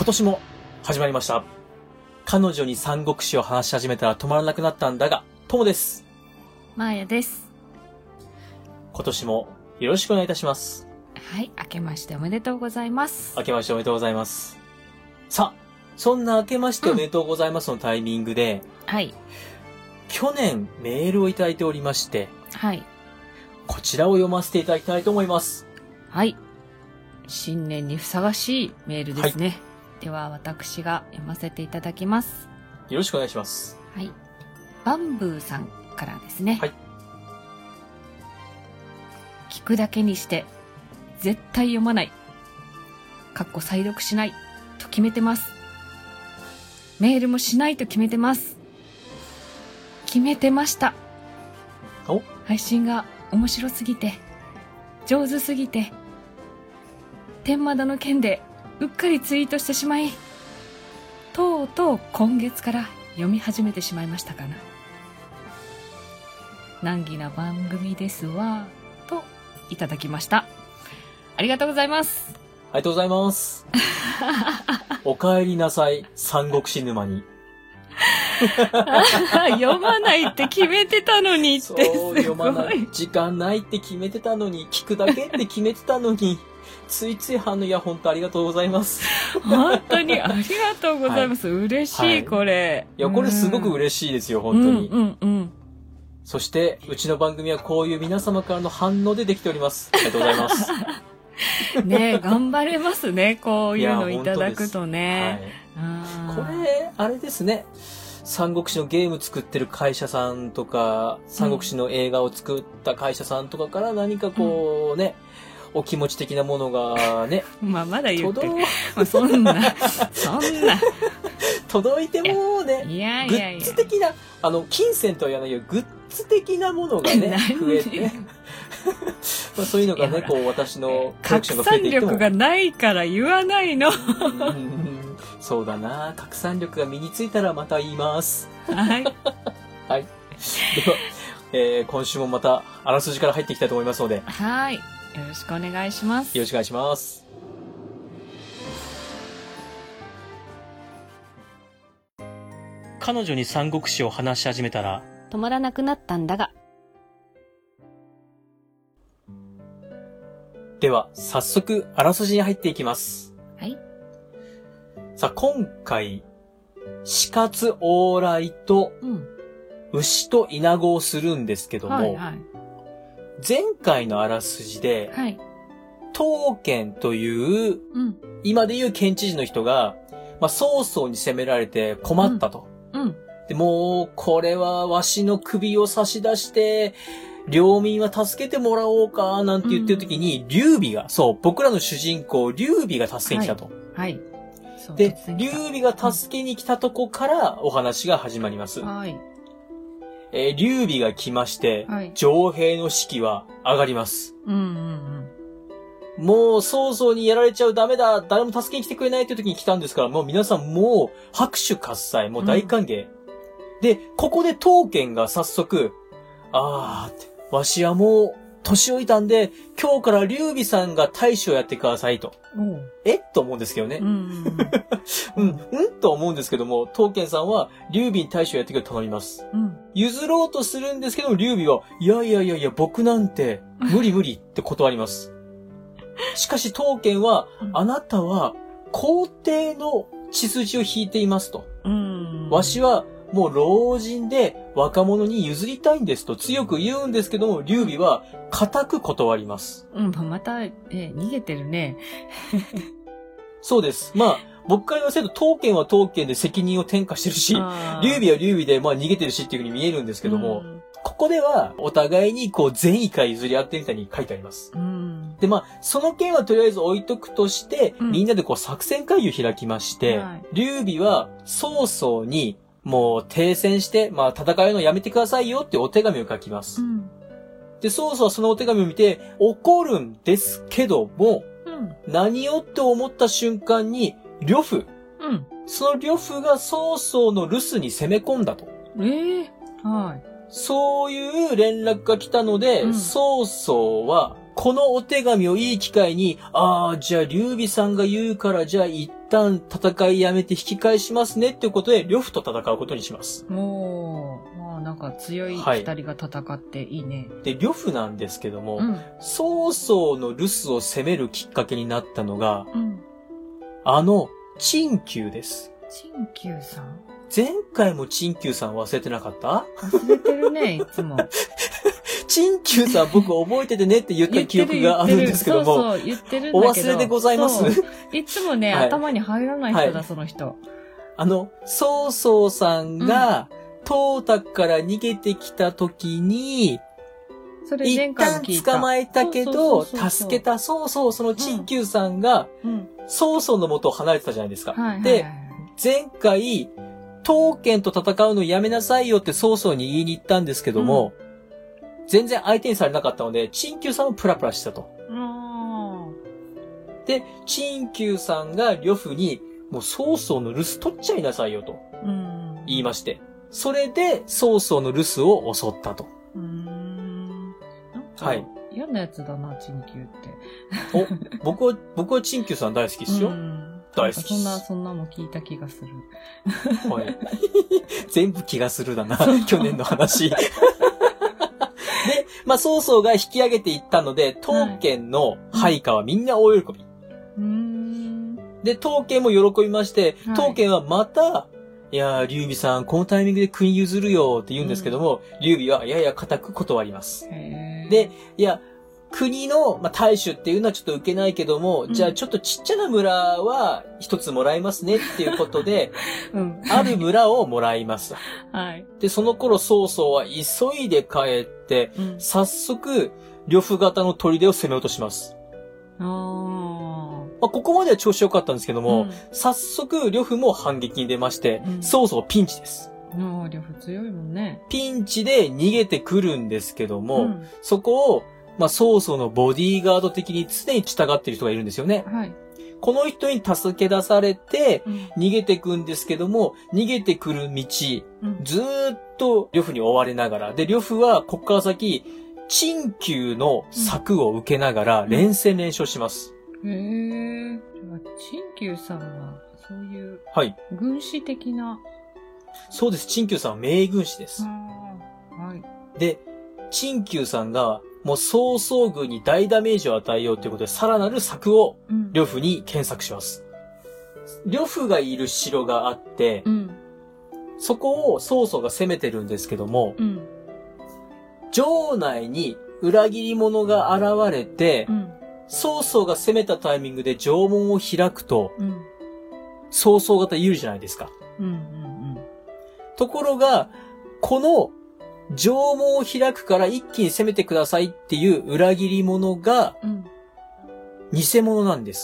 年も始まりました。彼女に三国志を話し始めたら止まらなくなったんだが、ともです。 まーやです。 今年もよろしくお願いいたします。 はい、明けましておめでとうございます。 明けましておめでとうございます。さあ、そんな明けましておめでとうございますのタイミングで、 はい。 去年メールをいただいておりまして、 はい。 こちらを読ませていただきたいと思います。 はい。新年にふさわしいメールですね。はい、では私が読ませていただきます。 よろしくお願いします。 はい。バンブーさんからですね。 はい。 聞くだけにして絶対読まない。再読しないと決めてます。メールもしないと決めてます。決めてました。 お？ 配信が面白すぎて、上手すぎて、天窓の件でうっかりツイートしてしまい、とうとう今月から読み始めてしまいましたかな。難儀な番組ですわ、といただきました。ありがとうございます。 ありがとうございます。お帰りなさい、三国志沼に。 読まないって決めてたのにって。 そう、読まない。時間ないって決めてたのに、聞くだけって決めてたのに、ついつい反応、いや、本当ありがとうございます。 本当にありがとうございます。はい、嬉しい、はい、これ。 いや、これすごく嬉しいですよ、本当に。 うんうんうん。 そして、うちの番組はこういう皆様からの反応でできております。ありがとうございます。 ねえ、頑張れますね、こういうのいただくとね。 はい、これ、あれですね。三国志のゲーム作ってる会社さんとか、三国志の映画を作った会社さんとかから何かこうね、お気持ち的なものがね。 まだ言ってる。そんな。 届いてもね、 いやグッズ的な、金銭とは言わないよ、グッズ的なものがね、増えて、まあそういうのがね、こう私の拡散力がないから言わないの。 そうだな、拡散力が身についたらまた言います。 はい。 はい。では、今週もまたあらすじから入っていきたいと思いますので。 はい。よろしくお願いします。 よろしくお願いします。彼女に三国志を話し始めたら止まらなくなったんだが。 では、早速あらすじに入っていきます。 はい。 さあ、今回、死活往来と、牛とイナゴをするんですけども、はいはい、前回のあらすじで、 はい、 刀剣という、今でいう県知事の人が、曹操に攻められて困ったと。でもう、これはわしの首を差し出して、領民は助けてもらおうか、なんて言ってる時に、劉備が、そう、僕らの主人公、劉備が助けに来たと。 はい。 で、劉備が助けに来たとこからお話が始まります。 はい。 劉備が来まして、城兵の士気は上がります。もう、曹操にやられちゃうダメだ、誰も助けに来てくれないって時に来たんですから、もう皆さんもう拍手喝采、もう大歓迎。で、ここで刀剣が早速、わしはもう、年老いたんで、今日から劉備さんが大使をやってくださいと。と思うんですけどね。と思うんですけども、刀剣さんは劉備に大使をやってくれと頼みます。譲ろうとするんですけども、劉備は、いや、僕なんて、無理って断ります。しかし刀剣は、あなたは、皇帝の血筋を引いていますと。わしは、もう老人で若者に譲りたいんですと強く言うんですけども、劉備は固く断ります。 また、逃げてるね。 そうです。僕から言わせると、刀剣は刀剣で責任を転嫁してるし、劉備は劉備で逃げてるしっていう風に見えるんですけども、ここではお互いにこう善意から譲り合ってみたいに書いてあります。で、その件はとりあえず置いとくとして、みんなでこう作戦会議を開きまして、劉備は曹操にもう停戦して、戦いのやめてくださいよってお手紙を書きます。で、曹操はそのお手紙を見て怒るんですけども、何をって思った瞬間に、呂布。その呂布が曹操の留守に攻め込んだと。 はい。 そういう連絡が来たので、曹操は、このお手紙をいい機会に、じゃあ劉備さんが言うからじゃあ行っ旦戦いやめて引き返しますねっていうことで、呂布と戦うことにします。 もう、まあなんか強い二人が戦っていいね。 で、呂布なんですけども、曹操の留守を攻めるきっかけになったのが、陳旧です。 陳旧さん？ 前回も陳旧さん忘れてなかった？ 忘れてるね、いつも。 陳旧さん僕覚えててねって言った記憶があるんですけども。 そう、言ってるんだけど。 お忘れでございます？ いつもね、頭に入らない人だ、その人。 曹操さんが、董卓から逃げてきた時に、一旦捕まえたけど、助けた、その陳旧さんが、曹操の元を離れてたじゃないですか。で、前回、刀剣と戦うのやめなさいよって曹操に言いに行ったんですけども、全然相手にされなかったので、陳旧さんもプラプラしてたと。で、陳旧さんが呂布に、もう曹操の留守取っちゃいなさいよと、言いまして。それで、曹操の留守を襲ったと。 はい。嫌なやつだな、陳旧って。 僕は陳旧さん大好きですよ。大好き。 そんなも聞いた気がする。 はい。全部気がするだな、去年の話。で、曹操が引き上げていったので、刀剣の配下はみんな大喜び。で、刀剣も喜びまして、刀剣はまた、いやー、劉備さん、このタイミングで国譲るよって言うんですけども、劉備はやや固く断ります。で、いや、国の、大衆っていうのはちょっと受けないけども、じゃあちょっとちっちゃな村は一つもらいますねっていうことで、ある村をもらいます。で、その頃曹操は急いで帰って、早速、呂布型の砦を攻め落とします。ここまでは調子良かったんですけども、早速、呂布も反撃に出まして、曹操ピンチです。 呂布強いもんね。 ピンチで逃げてくるんですけども、そこを、曹操のボディーガード的に常に従っている人がいるんですよね。この人に助け出されて、逃げてくんですけども、逃げてくる道、ずーっと呂布に追われながら、で、呂布はこっから先、陳旧の策を受けながら連戦連勝します。 陳旧さんは、そういう、軍師的な。 そうです。陳旧さんは名軍師です。で、陳旧さんが、もう曹操軍に大ダメージを与えようということで、さらなる策を呂布に検索します。呂布がいる城があって、そこを曹操が攻めてるんですけども、城内に裏切り者が現れて、曹操が攻めたタイミングで城門を開くと、曹操型有利じゃないですか。ところが、この城門を開くから一気に攻めてくださいっていう裏切り者が、偽物なんです。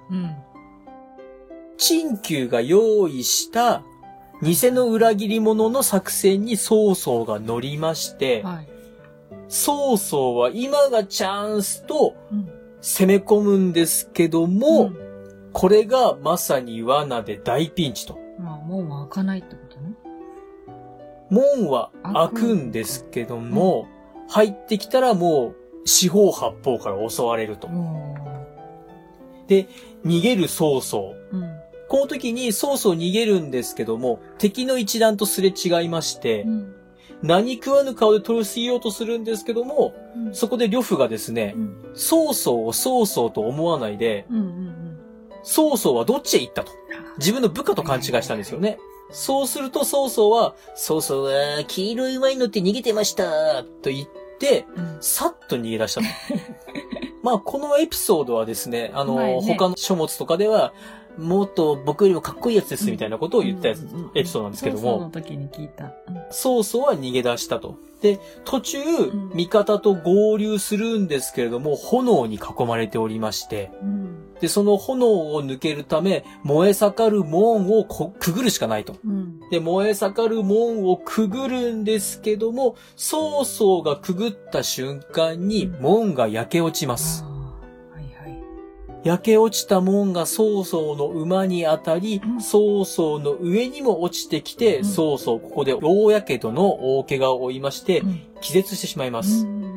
陳旧が用意した偽の裏切り者の作戦に曹操が乗りまして、曹操は今がチャンスと攻め込むんですけども、これがまさに罠で大ピンチと。 門は開かないってことね。 門は開くんですけども、入ってきたらもう四方八方から襲われると。で、逃げる曹操。この時に曹操逃げるんですけども、敵の一団とすれ違いまして、何食わぬ顔で取り過ぎようとするんですけども、そこで呂布がですね、曹操を曹操と思わないで、曹操はどっちへ行ったと。自分の部下と勘違いしたんですよね。そうすると曹操は、曹操は黄色いワイン乗って逃げてましたと言って、さっと逃げ出したと。このエピソードはですね、他の書物とかでは、もっと僕よりもかっこいいやつですみたいなことを言ったやつ、エピソードなんですけども。 曹操の時に聞いた。 曹操は逃げ出したと。で、途中、味方と合流するんですけれども、炎に囲まれておりまして、で、その炎を抜けるため、燃え盛る門をくぐるしかないと。で、燃え盛る門をくぐるんですけども、曹操がくぐった瞬間に門が焼け落ちます。焼け落ちた門が曹操の馬に当たり、曹操の上にも落ちてきて、曹操ここで大やけどの大怪我を負いまして、気絶してしまいます。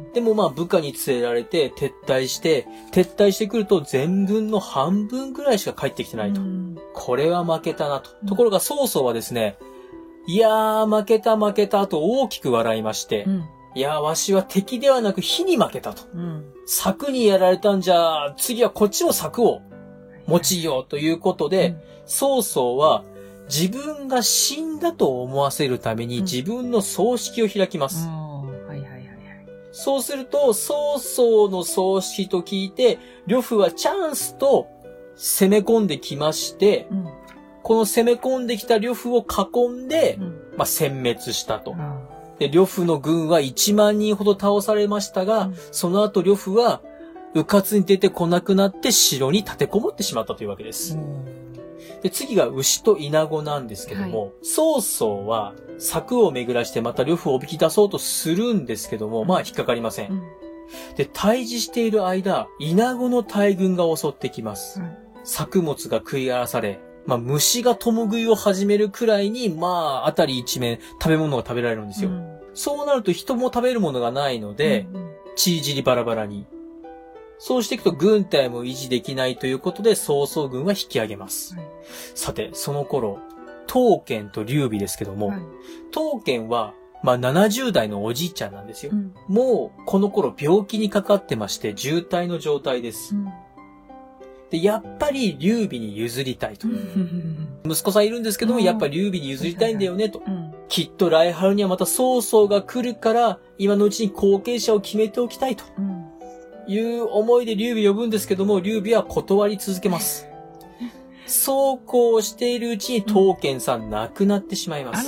でもまあ部下に連れられて撤退してくると全軍の半分ぐらいしか帰ってきてないと。これは負けたなと。ところが曹操はですね、いやー負けたと大きく笑いまして、いやーわしは敵ではなく火に負けたと。柵にやられたんじゃ、次はこっちも柵を用いようということで、曹操は自分が死んだと思わせるために自分の葬式を開きます。そうすると、曹操の葬式と聞いて、呂布はチャンスと攻め込んできまして、この攻め込んできた呂布を囲んで、殲滅したと。で、呂布の軍は1万人ほど倒されましたが、その後呂布は、迂闊に出てこなくなって城に立てこもってしまったというわけです。で、次が牛と稲子なんですけども、曹操は柵を巡らしてまた呂布をおびき出そうとするんですけども、まあ引っかかりません。で、対峙している間、稲子の大軍が襲ってきます。作物が食い荒らされ、虫が共食いを始めるくらいに、辺り一面食べ物が食べられるんですよ。そうなると人も食べるものがないので、ちりぢりバラバラに。そうしていくと軍隊も維持できないということで曹操軍は引き上げます。さて、その頃、刀剣と劉備ですけども、刀剣は、70代のおじいちゃんなんですよ。もう、この頃病気にかかってまして、重体の状態です。で、やっぱり劉備に譲りたいと。息子さんいるんですけども、やっぱり劉備に譲りたいんだよねと。きっと来春にはまた曹操が来るから、今のうちに後継者を決めておきたいと。いう思いで劉備呼ぶんですけども、劉備は断り続けます。そうこうしているうちに刀剣さん亡くなってしまいます。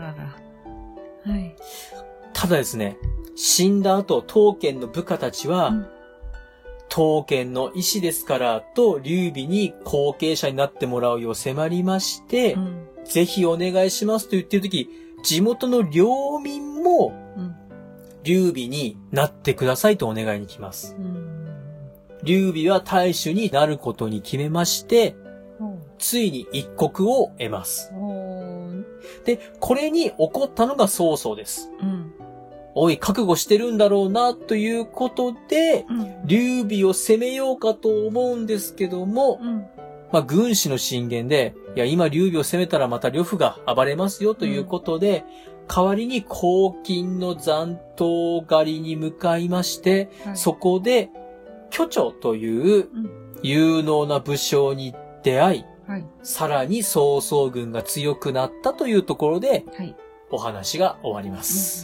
ただですね、死んだ後、刀剣の部下たちは、刀剣の意志ですからと劉備に後継者になってもらうよう迫りまして、ぜひお願いしますと言っているとき、地元の領民も、劉備になってくださいとお願いに来ます。劉備は大主になることに決めまして、ついに一国を得ます。で、これに怒ったのが曹操です。おい、覚悟してるんだろうな、ということで、劉備を攻めようかと思うんですけども、軍師の進言で、いや、今劉備を攻めたらまた呂布が暴れますよということで、代わりに黄金の残党狩りに向かいまして、そこで、巨長という有能な武将に出会い、さらに曹操軍が強くなったというところで、お話が終わります。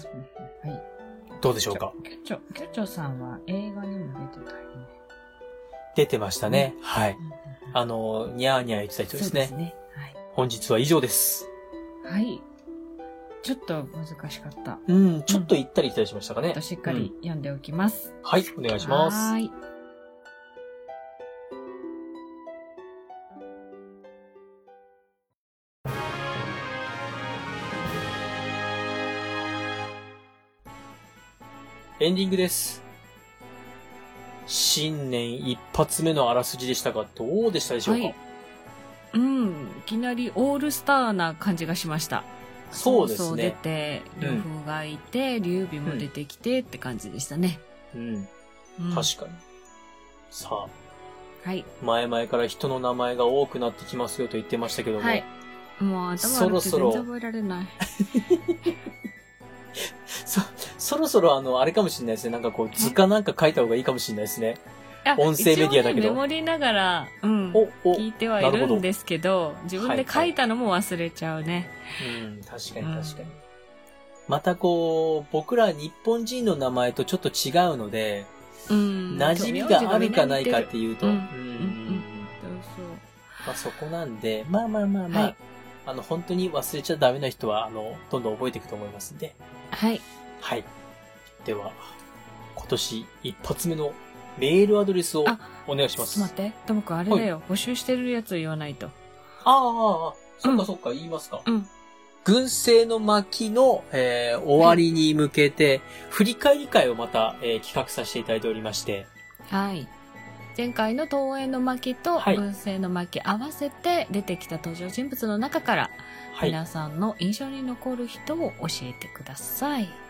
どうでしょうか？ 巨長さんは映画にも出てたよね。 出てましたね。はい。にゃーにゃー言ってた人ですね。そうですね。本日は以上です。 はい。ちょっと難しかった。 ちょっと行ったり来たりしましたかね。 しっかり読んでおきます。 はい、お願いします。はい。エンディングです。新年一発目のあらすじでしたが、どうでしたでしょうか？いきなりオールスターな感じがしました。 そうですね。 そう出て、呂布がいて、劉備も出てきてって感じでしたね。 確かに。さあ。前々から人の名前が多くなってきますよと言ってましたけども。 もう頭悪くて全然覚えられない。 そろそろあれかもしれないですね。なんかこう図鑑なんか書いた方がいいかもしれないですね。音声メディアだけど。 メモりながら、聞いてはいるんですけど、自分で書いたのも忘れちゃうね。 確かに。またこう、僕ら日本人の名前とちょっと違うので、馴染みがあるかないかっていうと、そこなんで、本当に忘れちゃダメな人は、どんどん覚えていくと思いますんで。はい。では、今年一発目のメールアドレスをお願いします。 ちょっと待って。ともくんあれだよ。募集してるやつ言わないと。 そっか、言いますか。軍政の巻の、終わりに向けて、振り返り会をまた、企画させていただいておりまして。 前回の東映の巻と軍政の巻合わせて出てきた登場人物の中から、皆さんの印象に残る人を教えてください。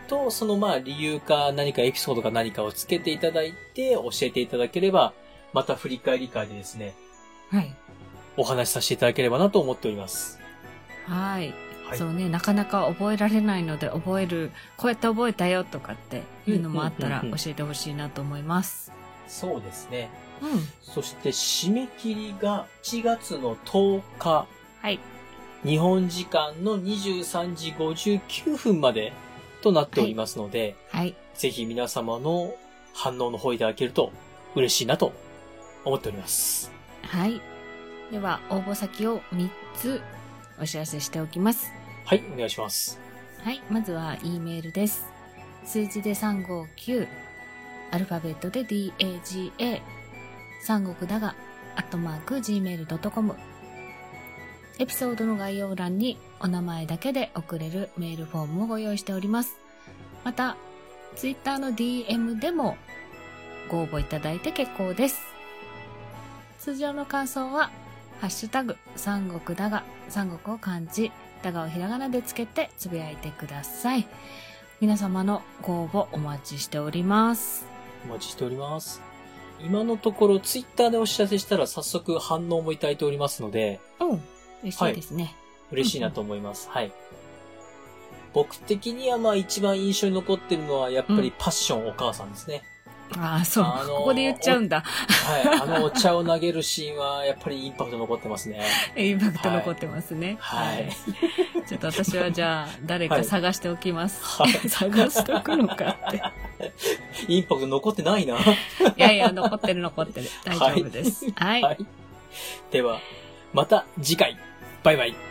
と、そのまあ理由か何かエピソードか何かをつけていただいて教えていただければ、また振り返り会でですね、 はい。 お話しさせていただければなと思っております。 はい。 はい、 そうね、なかなか覚えられないのでこうやって覚えたよとかっていうのもあったら教えてほしいなと思います。 そうですね。 うん。 そして締め切りが1月の10日。 はい。 日本時間の23時59分までとなっておりますので、 はい。 ぜひ皆様の反応の方いただけると嬉しいなと思っております。 はい。では、応募先を3つお知らせしておきます。 はい、お願いします。 はい、まずは E メールです。数字で359、アルファベットで DAGA、三国だが、@gmail.com。エピソードの概要欄にお名前だけで送れるメールフォームをご用意しております。また、Twitter の DM でもご応募いただいて結構です。通常の感想は、ハッシュタグ、三国だが、三国を漢字、だがをひらがなでつけてつぶやいてください。皆様のご応募お待ちしております。 お待ちしております。今のところツイッターでお知らせしたら早速反応もいただいておりますので、 嬉しいですね。 嬉しいなと思います。はい。僕的にはまあ一番印象に残ってるのはやっぱりパッションお母さんですね。 ああ、そう。ここで言っちゃうんだ。 はい。お茶を投げるシーンはやっぱりインパクト残ってますね。 インパクト残ってますね。 はい。 ちょっと私はじゃあ誰か探しておきます。はい、探しておくのかって。 インパクト残ってないな。いやいや、残ってる。大丈夫です。はい。 はい。では、また次回。バイバイ。